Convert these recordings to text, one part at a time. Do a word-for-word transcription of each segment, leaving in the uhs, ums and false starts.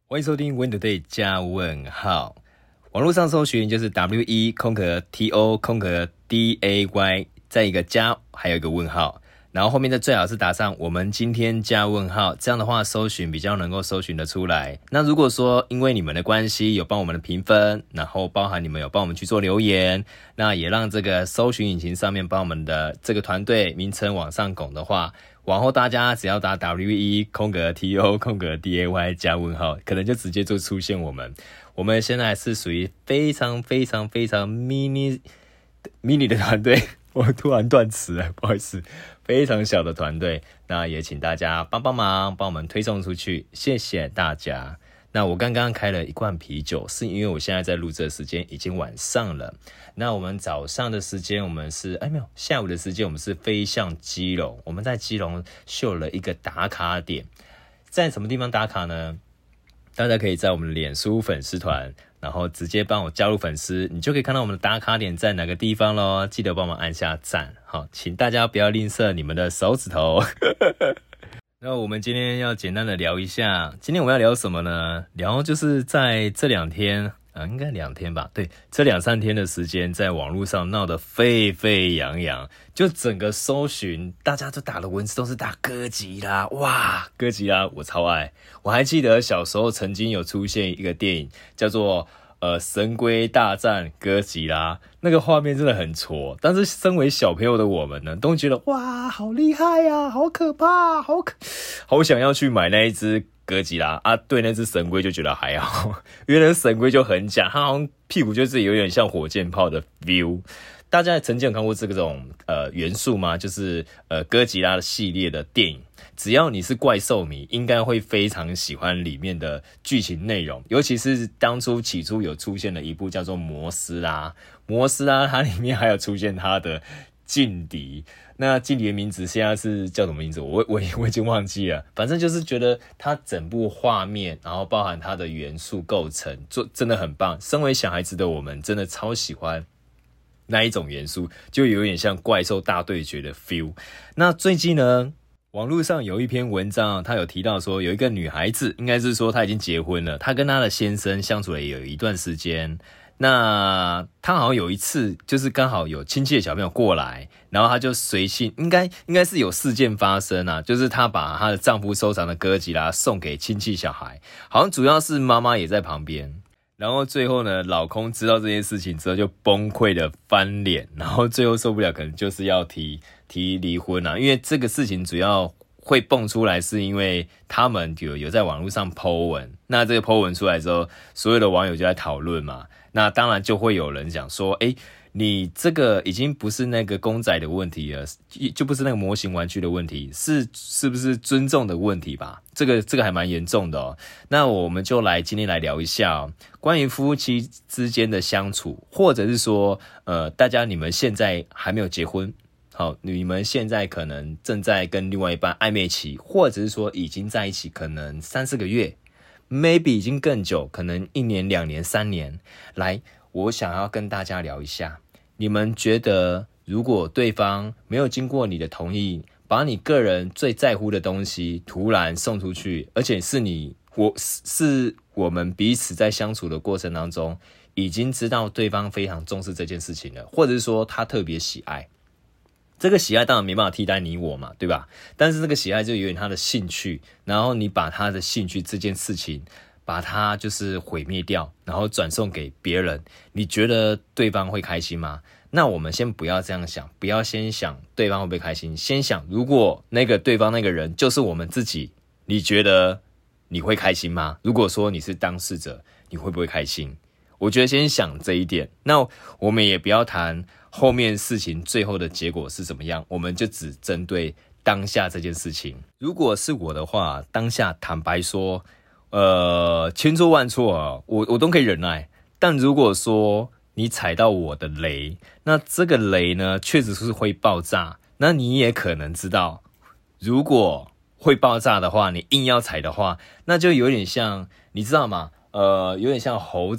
欢迎收听 Win Today 加问号，网络上搜寻就是 W E 空格 T O 空格 D A Y， 再一个加，还有一个问号，然后后面的最好是打上我们今天加问号，这样的话搜寻比较能够搜寻得出来。那如果说因为你们的关系有帮我们的评分，然后包含你们有帮我们去做留言，那也让这个搜寻引擎上面帮我们的这个团队名称往上拱的话，往后大家只要打 W E 空格 T O 空格 D A Y 加问号，可能就直接就出现我们。我们现在是属于非常非常非常 mini mini 的团队，我突然断词了，不好意思，非常小的团队。那也请大家帮帮忙，帮我们推送出去，谢谢大家。那我刚刚开了一罐啤酒，是因为我现在在录制的时间已经晚上了。那我们早上的时间我们是哎没有，下午的时间我们是飞向基隆，我们在基隆秀了一个打卡点。在什么地方打卡呢？大家可以在我们的脸书粉丝团，然后直接帮我加入粉丝，你就可以看到我们的打卡点在哪个地方咯，记得帮忙按下赞，好，请大家不要吝啬你们的手指头。那我们今天要简单的聊一下，今天我们要聊什么呢？聊就是在这两天啊，应该两天吧，对，这两三天的时间，在网络上闹得沸沸扬扬，就整个搜寻，大家都打的文字都是打哥吉拉，哇，哥吉拉我超爱。我还记得小时候曾经有出现一个电影，叫做呃，神龟大战哥吉拉，那个画面真的很挫，但是身为小朋友的我们呢，都觉得哇，好厉害呀，好可怕，好可，好想要去买那一只哥吉拉啊。对那只神龟就觉得还好，因为那神龟就很假，它好像屁股就是有点像火箭炮的 view。大家曾经有看过这种呃元素吗？就是呃哥吉拉的系列的电影。只要你是怪兽迷，应该会非常喜欢里面的剧情内容，尤其是当初起初有出现了一部叫做摩斯拉，摩斯拉它里面还有出现它的劲敌，那劲敌的名字现在是叫什么名字？我我我已经忘记了，反正就是觉得它整部画面，然后包含它的元素构成，做真的很棒。身为小孩子的我们，真的超喜欢那一种元素，就有点像怪兽大对决的 feel。那最近呢？网络上有一篇文章，他有提到说，有一个女孩子，应该是说她已经结婚了，她跟她的先生相处了有一段时间。那她好像有一次，就是刚好有亲戚的小朋友过来，然后她就随性，应该应该是有事件发生啊，就是她把她的丈夫收藏的哥吉拉送给亲戚小孩，好像主要是妈妈也在旁边。然后最后呢，老公知道这件事情之后就崩溃的翻脸，然后最后受不了，可能就是要提提离婚啊。因为这个事情主要会蹦出来，是因为他们有有在网络上 po 文，那这个 po 文出来之后，所有的网友就在讨论嘛。那当然就会有人讲说，诶，你这个已经不是那个公仔的问题了，就不是那个模型玩具的问题，是是不是尊重的问题吧？这个这个还蛮严重的哦。那我们就来今天来聊一下哦，关于夫妻之间的相处，或者是说，呃，大家你们现在还没有结婚，好，你们现在可能正在跟另外一半暧昧期，或者是说已经在一起，可能三四个月 ，maybe 已经更久，可能一年、两年、三年，来。我想要跟大家聊一下，你们觉得如果对方没有经过你的同意，把你个人最在乎的东西突然送出去，而且是你我是我们彼此在相处的过程当中，已经知道对方非常重视这件事情了，或者是说他特别喜爱，这个喜爱当然没办法替代你我嘛，对吧？但是这个喜爱就有点他的兴趣，然后你把他的兴趣这件事情把它就是毁灭掉，然后转送给别人，你觉得对方会开心吗？那我们先不要这样想，不要先想对方会不会开心，先想如果那个对方那个人就是我们自己，你觉得你会开心吗？如果说你是当事者，你会不会开心？我觉得先想这一点，那我们也不要谈后面事情最后的结果是怎么样，我们就只针对当下这件事情。如果是我的话，当下坦白说呃，千错万错啊，我我都可以忍耐。但如果说你踩到我的雷，那这个雷呢，确实是会爆炸。那你也可能知道，如果会爆炸的话，你硬要踩的话，那就有点像，你知道吗？呃，有点像猴子，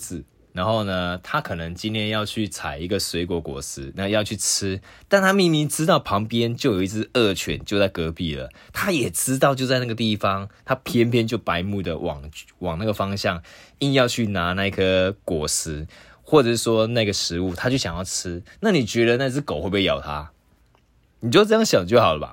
然后呢，他可能今天要去采一个水果果实，那要去吃，但他明明知道旁边就有一只恶犬就在隔壁了，他也知道就在那个地方，他偏偏就白目的往往那个方向，硬要去拿那颗果实，或者是说那个食物，他就想要吃。那你觉得那只狗会不会咬他？你就这样想就好了吧。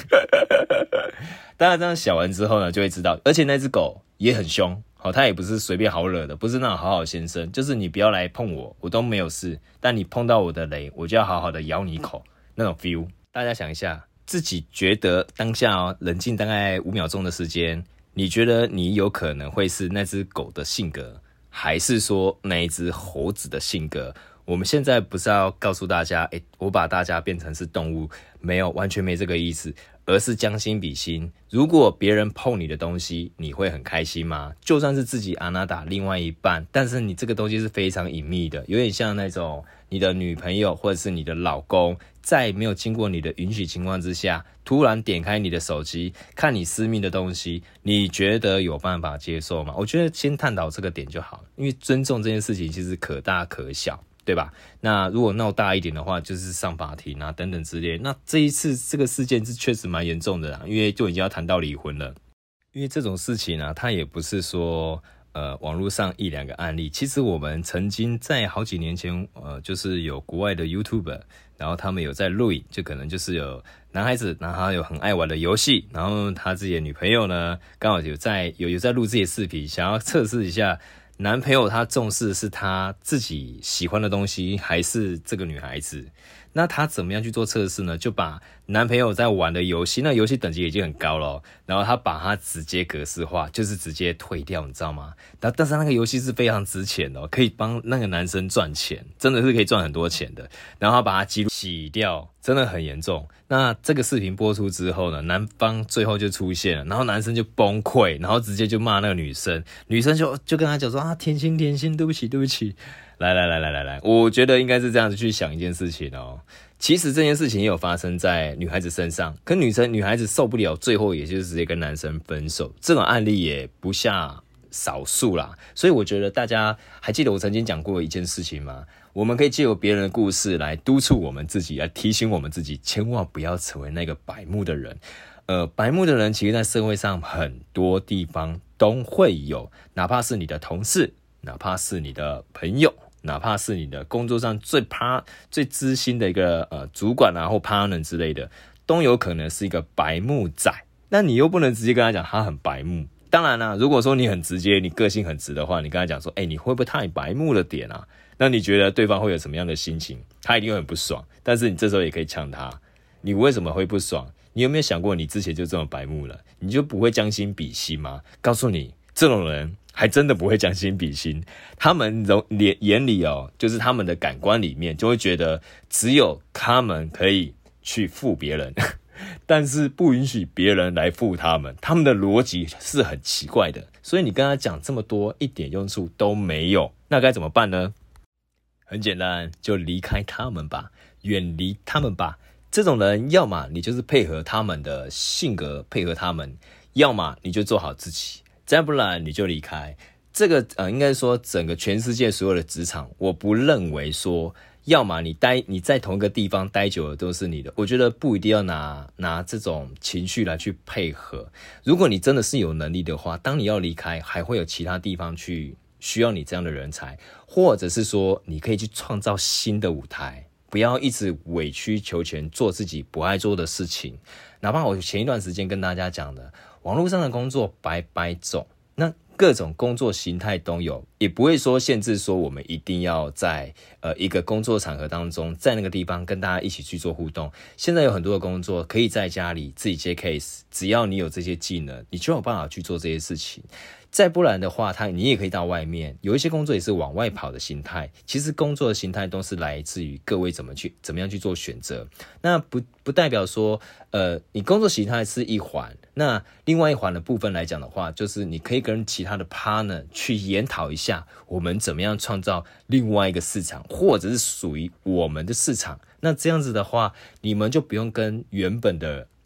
大家这样想完之后呢，就会知道，而且那只狗也很凶。好，他也不是随便好惹的，不是那种好好先生，就是你不要来碰我，我都没有事，但你碰到我的雷，我就要好好的咬你一口，那种 feel。大家想一下，自己觉得当下哦，冷静大概五秒钟的时间，你觉得你有可能会是那只狗的性格，还是说那一只猴子的性格？我们现在不是要告诉大家，诶，我把大家变成是动物，没有，完全没这个意思，而是将心比心。如果别人碰你的东西，你会很开心吗？就算是自己阿娜达另外一半，但是你这个东西是非常隐秘的，有点像那种你的女朋友或者是你的老公，在没有经过你的允许情况之下，突然点开你的手机，看你私密的东西，你觉得有办法接受吗？我觉得先探讨这个点就好了，因为尊重这件事情其实可大可小。对吧？那如果闹大一点的话，就是上法庭啊等等之类。那这一次这个事件是确实蛮严重的啦，因为就已经要谈到离婚了。因为这种事情啊，它也不是说呃网络上一两个案例。其实我们曾经在好几年前，呃，就是有国外的 YouTuber， 然后他们有在录影，就可能就是有男孩子，然后他有很爱玩的游戏，然后他自己的女朋友呢，刚好有在有有在录自己的视频，想要测试一下。男朋友他重视是他自己喜欢的东西，还是这个女孩子？那他怎么样去做测试呢？就把男朋友在玩的游戏，那游戏等级已经很高了，然后他把它直接格式化，就是直接退掉，你知道吗？但但是那个游戏是非常值钱的，可以帮那个男生赚钱，真的是可以赚很多钱的。然后他把它记录洗掉，真的很严重。那这个视频播出之后呢，男方最后就出现了，然后男生就崩溃，然后直接就骂那个女生，女生就就跟他讲说啊，甜心甜心，对不起对不起。来来来来来来，我觉得应该是这样子去想一件事情哦。其实这件事情也有发生在女孩子身上，可女生女孩子受不了，最后也就是直接跟男生分手，这种案例也不下少数啦。所以我觉得大家还记得我曾经讲过一件事情吗？我们可以借由别人的故事来督促我们自己，来提醒我们自己，千万不要成为那个白目的人。呃，白目的人其实在社会上很多地方都会有，哪怕是你的同事，哪怕是你的朋友，哪怕是你的工作上最怕最知心的一个呃主管啊或 partner 之类的，都有可能是一个白目仔。那你又不能直接跟他讲他很白目。当然啦、啊，如果说你很直接，你个性很直的话，你跟他讲说，哎、欸，你会不会太白目了点啊？那你觉得对方会有什么样的心情？他一定会很不爽。但是你这时候也可以呛他，你为什么会不爽？你有没有想过你之前就这么白目了？你就不会将心比心吗？告诉你，这种人还真的不会将心比心，他们眼里哦，就是他们的感官里面就会觉得只有他们可以去负别人，但是不允许别人来负他们，他们的逻辑是很奇怪的，所以你跟他讲这么多一点用处都没有，那该怎么办呢？很简单，就离开他们吧，远离他们吧。这种人要么你就是配合他们的性格，配合他们，要么你就做好自己，再不然你就离开。这个呃，应该说整个全世界所有的职场，我不认为说，要么你待你在同一个地方待久了都是你的，我觉得不一定要拿拿这种情绪来去配合。如果你真的是有能力的话，当你要离开，还会有其他地方去需要你这样的人才，或者是说你可以去创造新的舞台。不要一直委曲求全，做自己不爱做的事情。哪怕我前一段时间跟大家讲的，网络上的工作百百种，那各种工作形态都有，也不会说限制说我们一定要在呃一个工作场合当中，在那个地方跟大家一起去做互动。现在有很多的工作可以在家里自己接 case， 只要你有这些技能，你就有办法去做这些事情。再不然的话，他你也可以到外面，有一些工作也是往外跑的形态。其实工作的形态都是来自于各位怎么去怎么样去做选择。那不不代表说，呃，你工作形态是一环，那另外一环的部分来讲的话，就是你可以跟其他的 partner 去研讨一下，我们怎么样创造另外一个市场，或者是属于我们的市场。那这样子的话，你们就不用跟原本的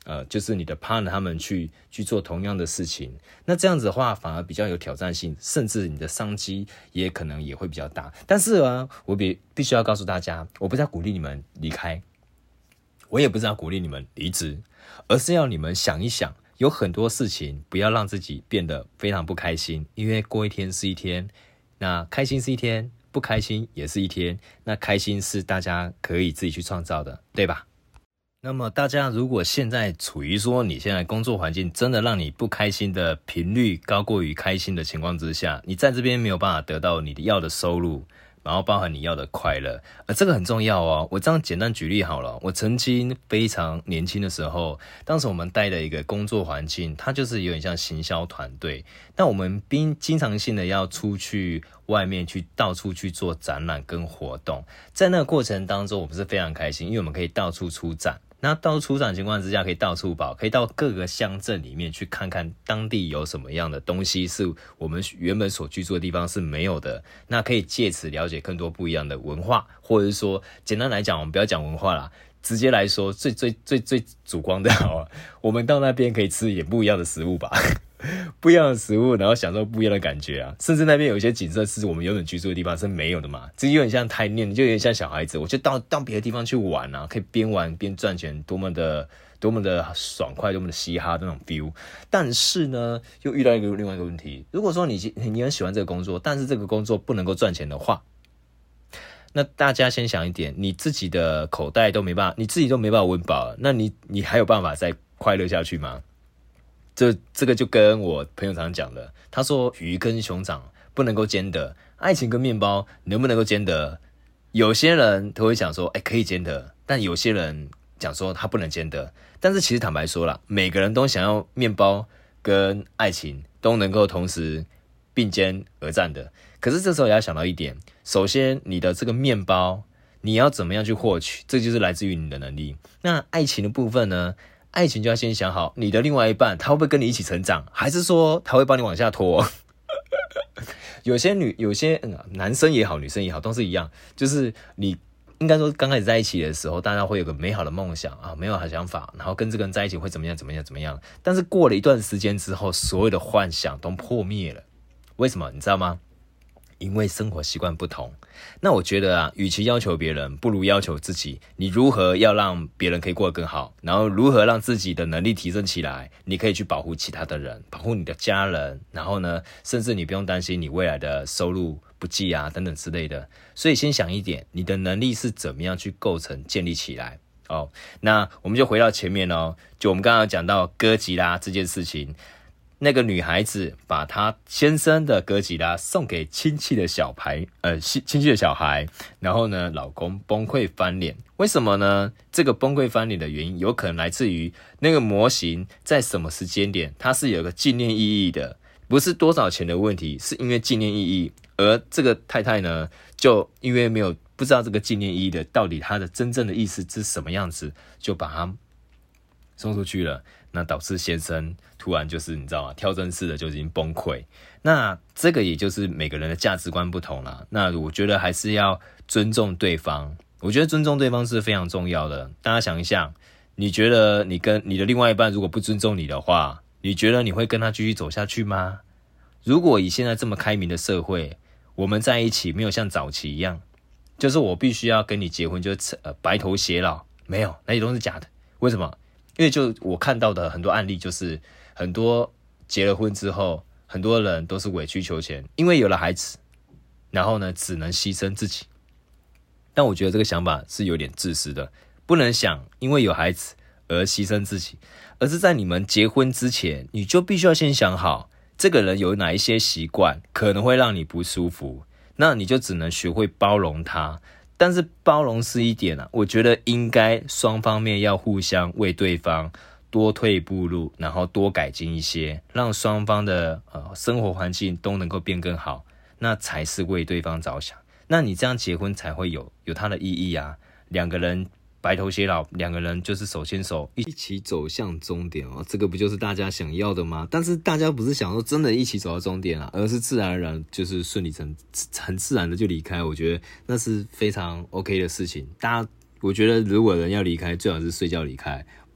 呃，就是你的 partner 他们去去做同样的事情，那这样子的话反而比较有挑战性，甚至你的商机也可能也会比较大。但是啊，我必必须要告诉大家，我不是要鼓励你们离开，我也不是要鼓励你们离职，而是要你们想一想，有很多事情不要让自己变得非常不开心，因为过一天是一天，那开心是一天，不开心也是一天，那开心是大家可以自己去创造的，对吧？那么大家如果现在处于说你现在工作环境真的让你不开心的频率高过于开心的情况之下，你在这边没有办法得到你的要的收入，然后包含你要的快乐，而这个很重要哦。我这样简单举例好了，我曾经非常年轻的时候，当时我们待的一个工作环境，它就是有点像行销团队，但我们并经常性的要出去外面去到处去做展览跟活动，在那个过程当中我们是非常开心，因为我们可以到处出展，那到处出展的情况之下可以到处跑，可以到各个乡镇里面去看看当地有什么样的东西是我们原本所居住的地方是没有的，那可以借此了解更多不一样的文化，或者是说简单来讲，我们不要讲文化啦，直接来说最最最最主观的好啊，我们到那边可以吃一点不一样的食物吧不一样的食物，然后享受不一样的感觉啊！甚至那边有一些景色是我们原本居住的地方是没有的嘛，这有点像胎念，就有点像小孩子，我就到到别的地方去玩啊，可以边玩边赚钱，多么的多么的爽快，多么的嘻哈的那种 feel。但是呢，又遇到一个另外一个问题，如果说你你很喜欢这个工作，但是这个工作不能够赚钱的话，那大家先想一点，你自己的口袋都没办法，你自己都没办法温饱，那你你还有办法再快乐下去吗？这这个就跟我朋友常常讲的，他说鱼跟熊掌不能够兼得，爱情跟面包能不能够兼得？有些人都会讲说，哎，可以兼得，但有些人讲说他不能兼得。但是其实坦白说啦，每个人都想要面包跟爱情都能够同时并肩而战的。可是这时候也要想到一点，首先你的这个面包你要怎么样去获取，这就是来自于你的能力。那爱情的部分呢？爱情就要先想好，你的另外一半他会不会跟你一起成长，还是说他会帮你往下拖？有些女，有些、嗯、男生也好，女生也好，都是一样，就是你应该说刚开始在一起的时候，大家会有个美好的梦想啊，美好的想法，然后跟这个人在一起会怎么样，怎么样，怎么样。但是过了一段时间之后，所有的幻想都破灭了。为什么？你知道吗？因为生活习惯不同。那我觉得啊，与其要求别人，不如要求自己。你如何要让别人可以过得更好，然后如何让自己的能力提升起来，你可以去保护其他的人，保护你的家人，然后呢，甚至你不用担心你未来的收入不济啊等等之类的。所以先想一点，你的能力是怎么样去构成建立起来哦。那我们就回到前面哦，就我们刚刚讲到哥吉拉这件事情。那个女孩子把她先生的哥吉拉送给亲戚的小孩，呃，亲戚的小孩，然后呢，老公崩溃翻脸。为什么呢？这个崩溃翻脸的原因，有可能来自于那个模型在什么时间点，它是有个纪念意义的，不是多少钱的问题，是因为纪念意义。而这个太太呢，就因为没有不知道这个纪念意义的到底它的真正的意思是什么样子，就把它送出去了。那导致先生突然就是你知道吗？跳针式的就已经崩溃。那这个也就是每个人的价值观不同啦。那我觉得还是要尊重对方。我觉得尊重对方是非常重要的。大家想一下，你觉得你跟你的另外一半如果不尊重你的话，你觉得你会跟他继续走下去吗？如果以现在这么开明的社会，我们在一起没有像早期一样，就是我必须要跟你结婚，就是呃白头偕老，没有，那些都是假的。为什么？因为就我看到的很多案例，就是很多结了婚之后，很多人都是委曲求全，因为有了孩子，然后呢只能牺牲自己。但我觉得这个想法是有点自私的，不能想因为有孩子而牺牲自己，而是在你们结婚之前，你就必须要先想好，这个人有哪一些习惯可能会让你不舒服，那你就只能学会包容他。但是包容是一点啊，我觉得应该双方面要互相为对方多退一步路，然后多改进一些，让双方的呃生活环境都能够变更好，那才是为对方着想。那你这样结婚才会有有它的意义啊，两个人白头偕老，两个人就是手牵手一起走向终点哦，这个不就是大家想要的吗？但是大家不是想说真的一起走到终点啊，而是自然而然就是顺理成很自然的就离开。我觉得那是非常 OK 的事情。大家，我觉得如果人要离开，最好是睡觉离开，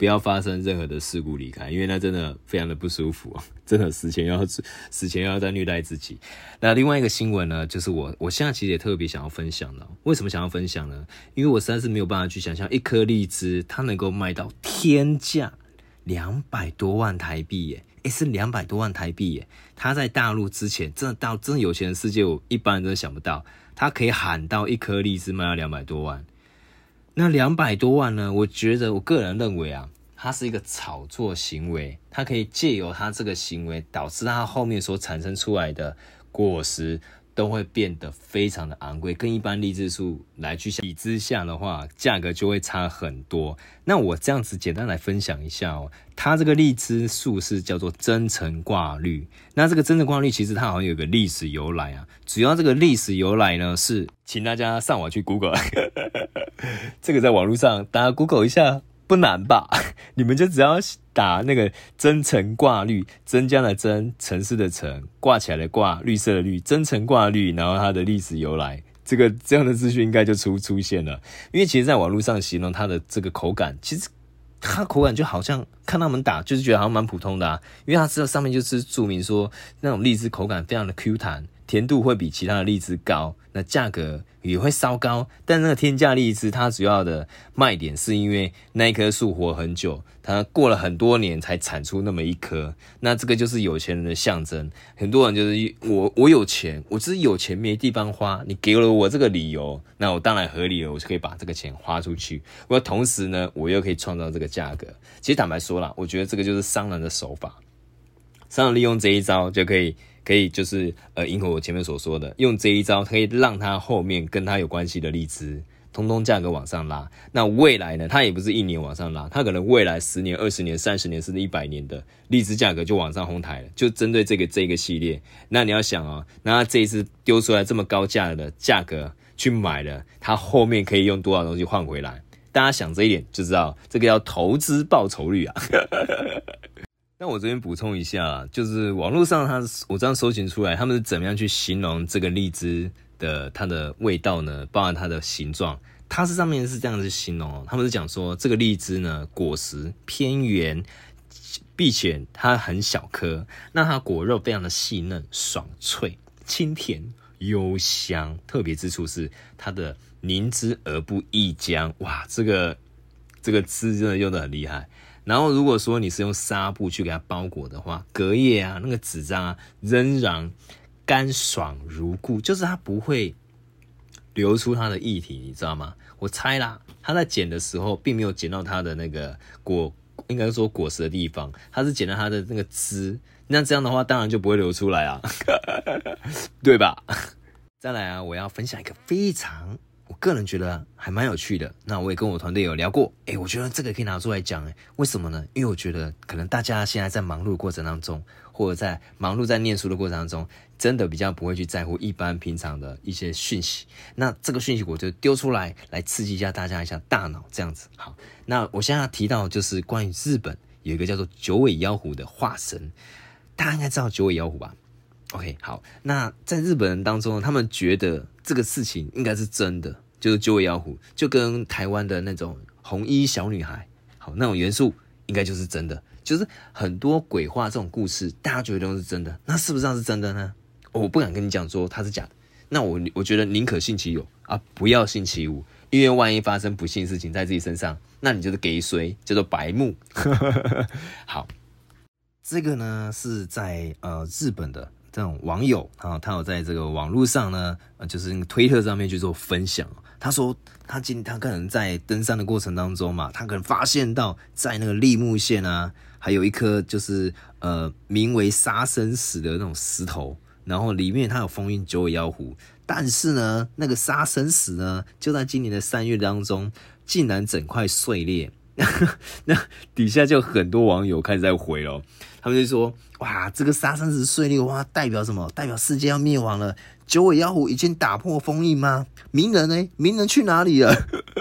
不要发生任何的事故离开，因为那真的非常的不舒服，真的死前要死前要再虐待自己。那另外一个新闻呢，就是我我现在其实也特别想要分享的。为什么想要分享呢？因为我实在是没有办法去想象一颗荔枝它能够卖到天价两百多万台币耶。诶，是两百多万台币耶！他在大陆之前，真的到真的有钱的世界，我一般人真的想不到，他可以喊到一颗荔枝卖到两百多万。那两百多万呢？我觉得我个人认为啊，它是一个炒作行为，它可以借由它这个行为，导致它后面所产生出来的果实都会变得非常的昂贵，跟一般荔枝树来去比之下的话，价格就会差很多。那我这样子简单来分享一下哦，它这个荔枝树是叫做增城挂绿。那这个增城挂绿其实它好像有个历史由来啊，主要这个历史由来呢是，请大家上网去 Google， 这个在网络上大家 Google 一下。不难吧？你们就只要打那个增城挂绿，增加的增，城市的城，挂起来的挂，绿色的绿，增城挂绿，然后它的历史由来，这个这样的资讯应该就出出现了。因为其实在网络上形容它的这个口感，其实它口感就好像看他们打，就是觉得好像蛮普通的啊。因为它这上面就是注明说，那种荔枝口感非常的 Q 弹，甜度会比其他的荔枝高，那价格也会稍高，但那个天价荔枝它主要的卖点是因为那一棵树活很久，它过了很多年才产出那么一颗，那这个就是有钱人的象征。很多人就是我我有钱，我只是有钱没地方花，你给了我这个理由，那我当然合理了，我就可以把这个钱花出去。我同时呢，我又可以创造这个价格。其实坦白说啦，我觉得这个就是商人的手法，商人利用这一招就可以。可以就是呃，迎合我前面所说的，用这一招可以让它后面跟它有关系的荔枝，通通价格往上拉。那未来呢，它也不是一年往上拉，它可能未来十年、二十年、三十年甚至一百年的荔枝价格就往上哄抬了，就针对这个这个系列。那你要想哦，那它这一次丢出来这么高价的价格去买了，它后面可以用多少东西换回来？大家想这一点就知道，这个叫投资报酬率啊。那我这边补充一下，就是网络上它我这样搜寻出来，他们是怎么样去形容这个荔枝的它的味道呢？包含它的形状，它是上面是这样子形容哦。他们是讲说这个荔枝呢，果实偏圆，并且它很小颗，那它果肉非常的细嫩、爽脆、清甜、幽香。特别之处是它的凝脂而不溢浆，哇，这个这个字真的用得很厉害。然后如果说你是用纱布去给它包裹的话，隔夜啊那个纸张啊仍然干爽如故，就是它不会流出它的液体，你知道吗？我猜啦，它在剪的时候并没有剪到它的那个果，应该说果实的地方，它是剪到它的那个汁，那这样的话当然就不会流出来啊，对吧？再来啊，我要分享一个非常。我个人觉得还蛮有趣的，那我也跟我团队有聊过，诶，我觉得这个可以拿出来讲，诶，为什么呢？因为我觉得可能大家现在在忙碌的过程当中，或者在忙碌在念书的过程当中，真的比较不会去在乎一般平常的一些讯息。那这个讯息我就丢出来，来刺激一下大家一下大脑，这样子。好，那我现在要提到就是关于日本有一个叫做九尾妖狐的化身，大家应该知道九尾妖狐吧？ OK， 好，那在日本人当中，他们觉得这个事情应该是真的，就是九尾妖狐，就跟台湾的那种红衣小女孩，好，那种元素应该就是真的，就是很多鬼话这种故事，大家觉得都是真的，那是不是是真的呢？我不敢跟你讲说它是假的，那我我觉得宁可信其有啊，不要信其无，因为万一发生不幸事情在自己身上，那你就是给衰，叫做白目。好，这个呢是在呃日本的。这种网友啊，他有在这个网络上呢，呃，就是推特上面去做分享。他说他今他可能在登山的过程当中嘛，他可能发现到在那个立木县啊，还有一颗就是呃名为杀生石的那种石头，然后里面它有封印九尾妖狐，但是呢，那个杀生石呢，就在今年的三月当中，竟然整块碎裂。那底下就很多网友开始在回咯，他们就说哇，这个杀生石碎裂哇，代表什么？代表世界要灭亡了？九尾妖狐已经打破封印吗？鸣人呢？鸣人去哪里了？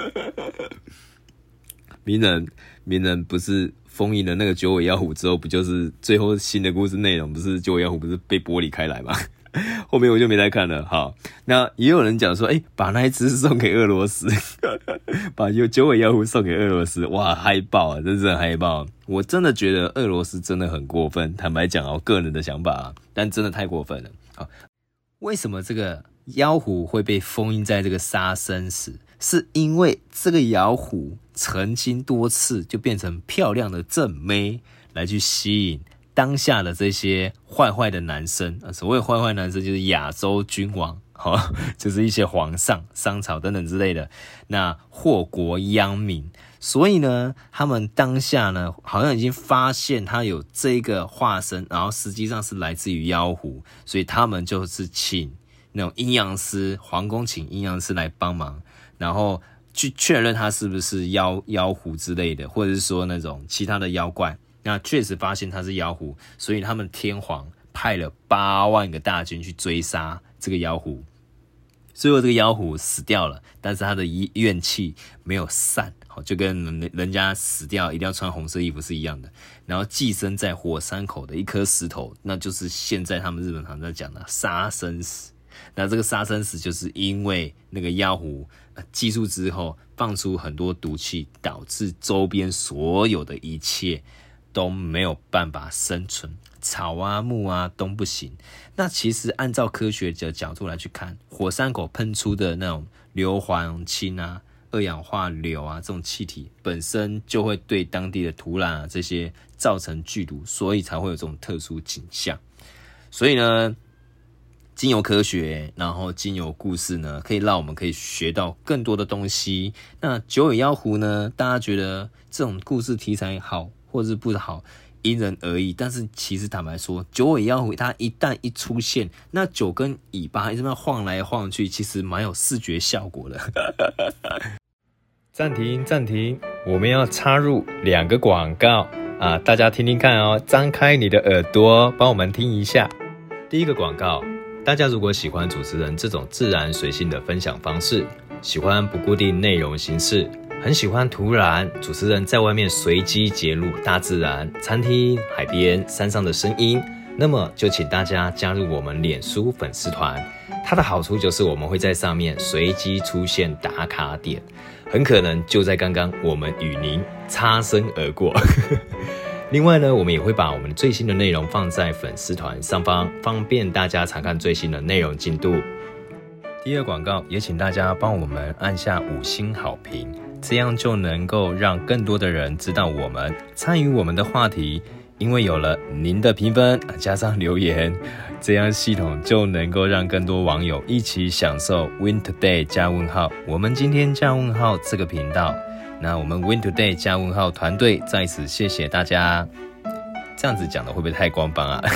鸣人，鸣人不是封印了那个九尾妖狐之后，不就是最后新的故事内容？不是九尾妖狐不是被剥离开来吗？后面我就没再看了。好，那也有人讲说，哎、欸，把那一只送给俄罗斯。 把有九尾妖狐送给俄罗斯，哇，嗨爆啊！真是很嗨爆！我真的觉得俄罗斯真的很过分。坦白讲啊，我个人的想法啊，但真的太过分了。好，为什么这个妖狐会被封印在这个杀生石？是因为这个妖狐曾经多次就变成漂亮的正妹，来去吸引当下的这些坏坏的男生。所谓坏坏男生，就是亚洲君王。好，就是一些皇上、商朝等等之类的，那祸国殃民。所以呢，他们当下呢，好像已经发现他有这个化身，然后实际上是来自于妖狐，所以他们就是请那种阴阳师，皇宫请阴阳师来帮忙，然后去确认他是不是妖妖狐之类的，或者是说那种其他的妖怪。那确实发现他是妖狐，所以他们天皇派了八万个大军去追杀这个妖狐。最后这个妖狐死掉了，但是他的怨气没有散，就跟人家死掉一定要穿红色衣服是一样的。然后寄生在火山口的一颗石头，那就是现在他们日本常在讲的杀生石。那这个杀生石就是因为那个妖狐寄宿之后放出很多毒气，导致周边所有的一切都没有办法生存，草啊木啊都不行。那其实按照科学的角度来去看，火山口喷出的那种硫磺氢啊、二氧化硫啊这种气体本身就会对当地的土壤啊这些造成剧毒，所以才会有这种特殊景象。所以呢，经由科学，然后经由故事呢，可以让我们可以学到更多的东西。那九尾妖狐呢，大家觉得这种故事题材好或是不好，因人而异。但是其实坦白说，九尾妖狐它一旦一出现，那九根尾巴一直在晃来晃去，其实蛮有视觉效果的。暂停暂停，我们要插入两个广告啊，大家听听看哦，张开你的耳朵，帮我们听一下。第一个广告，大家如果喜欢主持人这种自然随性的分享方式，喜欢不固定内容形式，很喜欢突然主持人在外面随机揭露大自然、餐厅、海边、山上的声音，那么就请大家加入我们脸书粉丝团。它的好处就是我们会在上面随机出现打卡点，很可能就在刚刚我们与您擦身而过。另外呢，我们也会把我们最新的内容放在粉丝团上方，方便大家查看最新的内容进度。第二广告，也请大家帮我们按下五星好评，这样就能够让更多的人知道我们，参与我们的话题。因为有了您的评分加上留言，这样系统就能够让更多网友一起享受 Win Today 加问号我们今天加问号这个频道。那我们 Win Today 加问号团队在此谢谢大家。这样子讲的会不会太官方啊？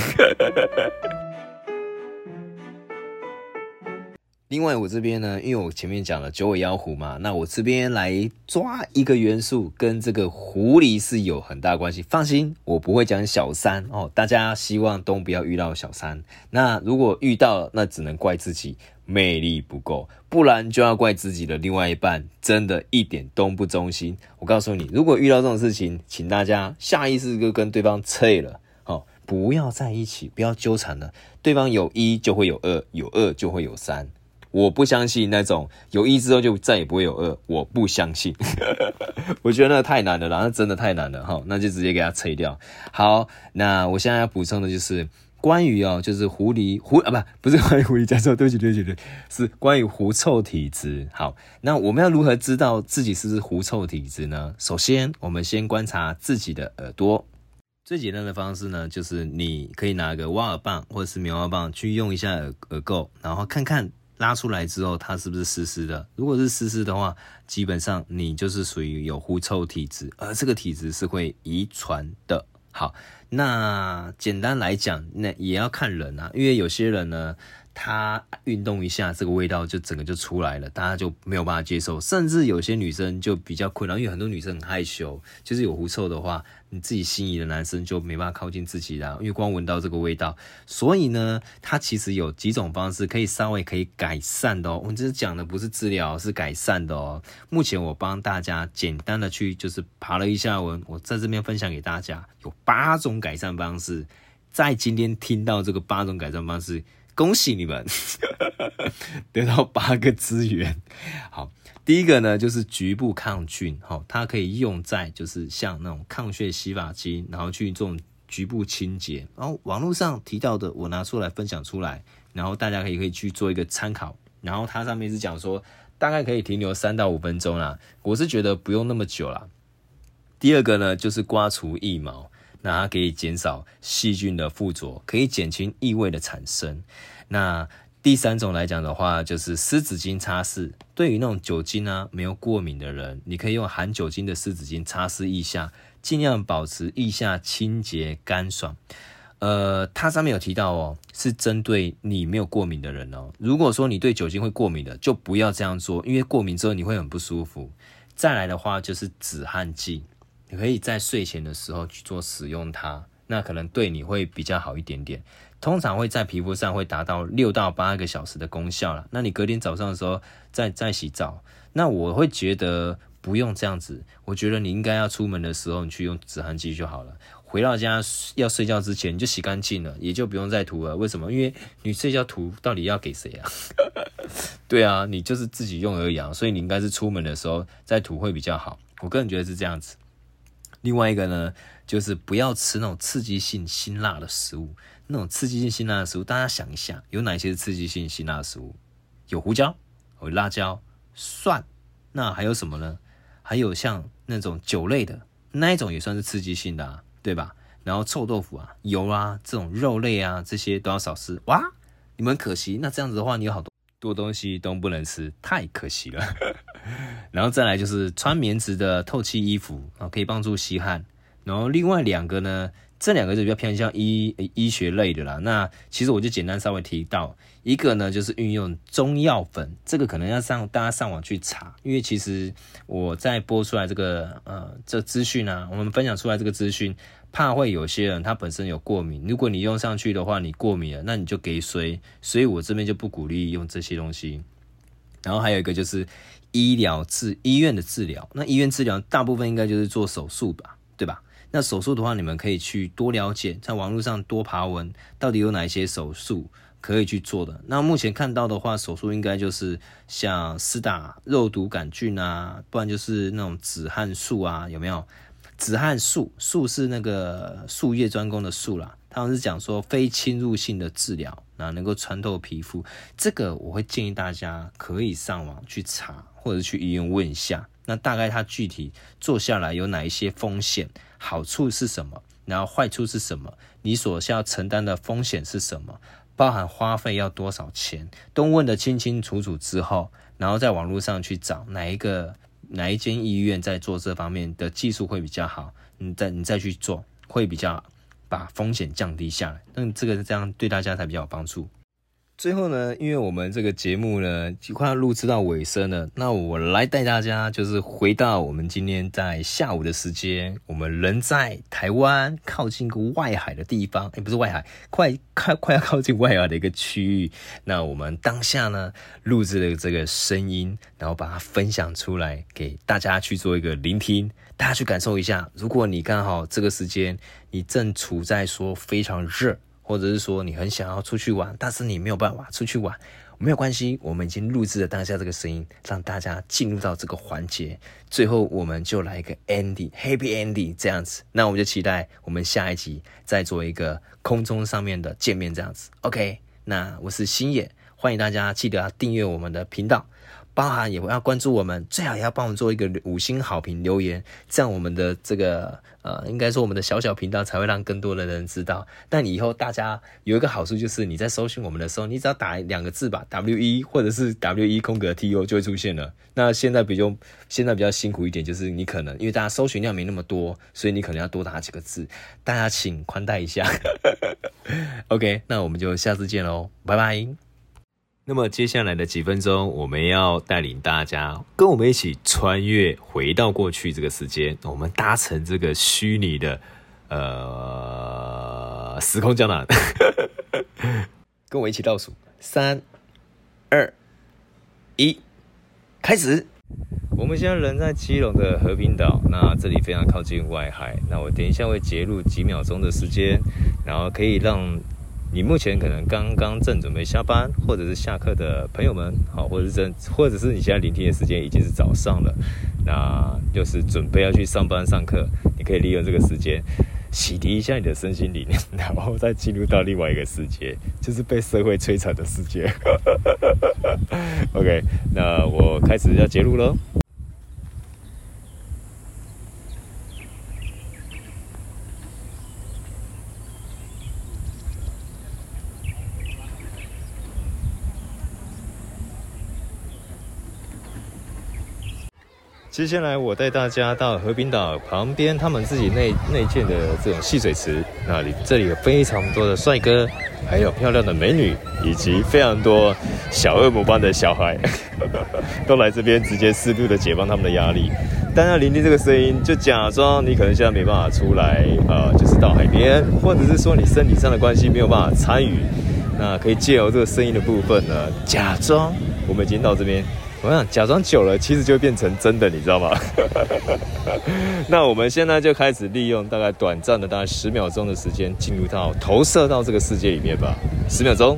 另外我这边呢，因为我前面讲了九尾妖狐嘛，那我这边来抓一个元素跟这个狐狸是有很大关系。放心，我不会讲小三哦，大家希望都不要遇到小三。那如果遇到了，那只能怪自己魅力不够，不然就要怪自己的另外一半真的一点都不忠心。我告诉你，如果遇到这种事情，请大家下意识就跟对方撤了哦，不要在一起，不要纠缠了。对方有一就会有二，有二就会有三。我不相信那种有一之后就再也不会有二，我不相信。我觉得那太难了啦，那真的太难了齁，那就直接给它撤掉。好，那我现在要补充的就是关于哦，就是狐狸狐啊不不是关于狐狸讲错，对不起对不起对不起，是关于狐臭体质。好，那我们要如何知道自己是不是狐臭体质呢？首先，我们先观察自己的耳朵。最简单的方式呢，就是你可以拿个挖耳棒或者是棉花棒去用一下耳耳垢，然后看看拉出来之后它是不是湿湿的。如果是湿湿的话，基本上你就是属于有狐臭体质，而这个体质是会遗传的。好，那简单来讲，那也要看人啊，因为有些人呢，他运动一下，这个味道就整个就出来了，大家就没有办法接受，甚至有些女生就比较困扰，因为很多女生很害羞，就是有狐臭的话，你自己心仪的男生就没办法靠近自己啦，因为光闻到这个味道。所以呢，它其实有几种方式可以稍微可以改善的哦。我们这讲的不是治疗，是改善的哦。目前我帮大家简单的去就是爬了一下文，我在这边分享给大家，有八种改善方式。在今天听到这个八种改善方式，恭喜你们得到八个资源。好， 第一个呢就是局部抗菌，它可以用在就是像那种抗屑洗发精，然后去这种局部清洁。然后网络上提到的我拿出来分享出来，然后大家可以可以去做一个参考。然后它上面是讲说大概可以停留三到五分钟啦，我是觉得不用那么久啦。第二个呢就是刮除腋毛，那它可以减少细菌的附着，可以减轻异味的产生。那第三种来讲的话，就是湿纸巾擦拭。对于那种酒精啊没有过敏的人，你可以用含酒精的湿纸巾擦拭腋下，尽量保持腋下清洁干爽。呃，它上面有提到哦，是针对你没有过敏的人哦。如果说你对酒精会过敏的，就不要这样做，因为过敏之后你会很不舒服。再来的话就是止汗剂，你可以在睡前的时候去做使用它，那可能对你会比较好一点点。通常会在皮肤上会达到六到八个小时的功效啦。那你隔天早上的时候再再洗澡，那我会觉得不用这样子。我觉得你应该要出门的时候，你去用止汗剂就好了。回到家要睡觉之前你就洗干净了，也就不用再涂了。为什么？因为你睡觉涂到底要给谁啊？对啊，你就是自己用而已啊，所以你应该是出门的时候再涂会比较好。我个人觉得是这样子。另外一个呢，就是不要吃那种刺激性辛辣的食物。那种刺激性辛辣的食物，大家想一下，有哪些是刺激性辛辣的食物？有胡椒，有辣椒，蒜，那还有什么呢？还有像那种酒类的，那一种也算是刺激性的啊，对吧？然后臭豆腐啊、油啊，这种肉类啊，这些都要少吃。哇，你们可惜，那这样子的话，你有好多东西都不能吃，太可惜了。然后再来就是穿棉质的透气衣服啊，可以帮助吸汗。然后另外两个呢，这两个就比较偏向医医学类的啦。那其实我就简单稍微提到一个呢，就是运用中药粉，这个可能要上大家上网去查，因为其实我在播出来这个呃这资讯啊，我们分享出来这个资讯，怕会有些人他本身有过敏，如果你用上去的话，你过敏了，那你就给水，所以我这边就不鼓励用这些东西。然后还有一个就是医疗治医院的治疗，那医院治疗大部分应该就是做手术吧，对吧？那手术的话，你们可以去多了解，在网络上多爬文，到底有哪一些手术可以去做的。那目前看到的话，手术应该就是像施打肉毒杆菌啊，不然就是那种止汗素啊，有没有？止汗素，素是那个术业专攻的术啦，他们是讲说非侵入性的治疗，那能够穿透皮肤，这个我会建议大家可以上网去查，或者去医院问一下。那大概它具体做下来有哪一些风险，好处是什么，然后坏处是什么，你所需要承担的风险是什么，包含花费要多少钱，都问得清清楚楚之后，然后在网络上去找哪一个哪一间医院在做这方面的技术会比较好，你再你再去做，会比较把风险降低下来。那这个这样对大家才比较有帮助。最后呢，因为我们这个节目呢就快要录制到尾声了，那我来带大家就是回到我们今天在下午的时间，我们人在台湾靠近一个外海的地方，诶不是外海，快快快要靠近外海的一个区域。那我们当下呢录制了这个声音，然后把它分享出来给大家去做一个聆听，大家去感受一下。如果你刚好这个时间你正处在说非常热，或者是说你很想要出去玩，但是你没有办法出去玩，没有关系，我们已经录制了当下这个声音，让大家进入到这个环节，最后我们就来一个 ending happy ending 这样子。那我们就期待我们下一集再做一个空中上面的见面这样子。 OK， 那我是星野，欢迎大家记得要订阅我们的频道，包含也要关注我们，最好也要帮我们做一个五星好评留言，这样我们的这个呃，应该说我们的小小频道才会让更多的人知道。但以后大家有一个好处，就是你在搜寻我们的时候，你只要打两个字吧 W E 或者是 W E 空格 T O 就会出现了。那现在比较现在比较辛苦一点，就是你可能因为大家搜寻量没那么多，所以你可能要多打几个字，大家请宽待一下。OK， 那我们就下次见咯，拜拜。那么接下来的几分钟，我们要带领大家跟我们一起穿越回到过去这个时间，我们搭乘这个虚拟的呃时空胶囊，跟我一起倒数三二一，开始。我们现在人在基隆的和平岛，那这里非常靠近外海。那我等一下会截录几秒钟的时间，然后可以让你目前可能刚刚正准备下班，或者是下课的朋友们，好，或者是正，或者是你现在聆听的时间已经是早上了，那就是准备要去上班上课，你可以利用这个时间洗涤一下你的身心灵，然后再进入到另外一个世界，就是被社会摧残的世界。OK， 那我开始要揭露咯。接下来我带大家到和平岛旁边，他们自己内内建的这种戏水池，那里这里有非常多的帅哥，还有漂亮的美女，以及非常多小恶魔般的小孩，都来这边直接适度的解放他们的压力。但要聆听这个声音，就假装你可能现在没办法出来，呃，就是到海边，或者是说你身体上的关系没有办法参与，那可以借由这个声音的部分呢，假装我们已经到这边。我想假装久了，其实就会变成真的，你知道吗？那我们现在就开始利用大概短暂的大概十秒钟的时间，进入到投射到这个世界里面吧。十秒钟。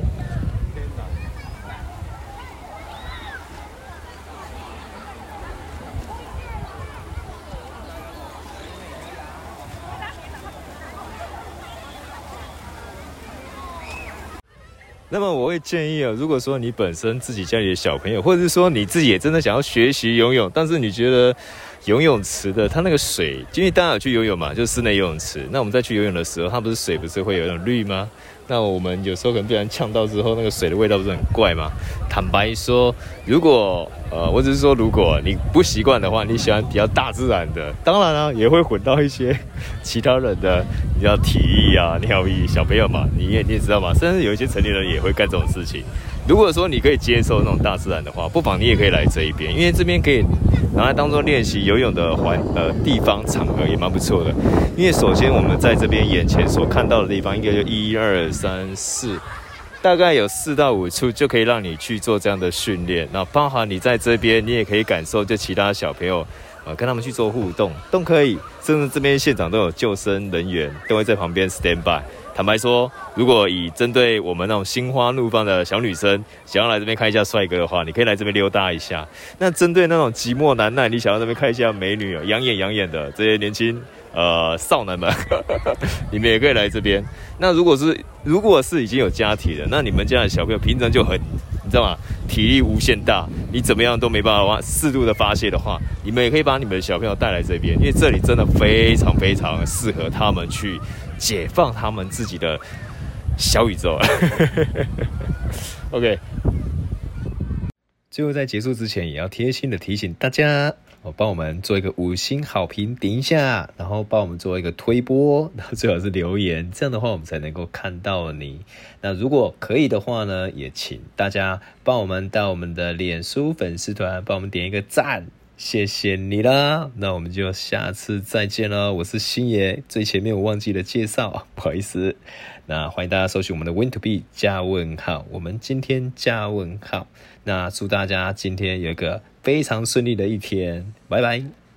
那么我会建议啊，如果说你本身自己家里的小朋友，或者是说你自己也真的想要学习游泳，但是你觉得游泳池的它那个水，因为大家有去游泳嘛，就是室内游泳池。那我们在去游泳的时候，它不是水不是会有那种氯吗？那我们有时候可能被人呛到之后，那个水的味道不是很怪吗？坦白说，如果呃，我只是说，如果你不习惯的话，你喜欢比较大自然的，当然啊，也会混到一些其他人的，你要体育啊、尿液，小朋友嘛，你也你也知道嘛，甚至有一些成年人也会干这种事情。如果说你可以接受那种大自然的话，不妨你也可以来这一边，因为这边可以拿来当做练习游泳的环呃地方场合也蛮不错的。因为首先我们在这边眼前所看到的地方，应该就一二三四，大概有四到五处就可以让你去做这样的训练。那包含你在这边，你也可以感受就其他小朋友呃跟他们去做互动都可以，甚至这边现场都有救生人员都会在旁边 stand by。坦白说，如果以针对我们那种心花怒放的小女生想要来这边看一下帅哥的话，你可以来这边溜达一下。那针对那种寂寞难耐，你想要这边看一下美女哦，养眼养眼的这些年轻呃少男们，你们也可以来这边。那如果是如果是已经有家庭的，那你们家的小朋友平常就很你知道吗？体力无限大，你怎么样都没办法适度的发泄的话，你们也可以把你们的小朋友带来这边，因为这里真的非常非常适合他们去解放他们自己的小宇宙。OK， 最后在结束之前，也要贴心的提醒大家，哦，帮我们做一个五星好评，点一下，然后帮我们做一个推播，然后最好是留言，这样的话我们才能够看到你。那如果可以的话呢，也请大家帮我们到我们的脸书粉丝团，帮我们点一个赞。谢谢你啦，那我们就下次再见了。我是星爷，最前面我忘记了介绍，不好意思。那欢迎大家搜寻我们的 Win to Be 加问号，我们今天加问号。那祝大家今天有一个非常顺利的一天，拜拜。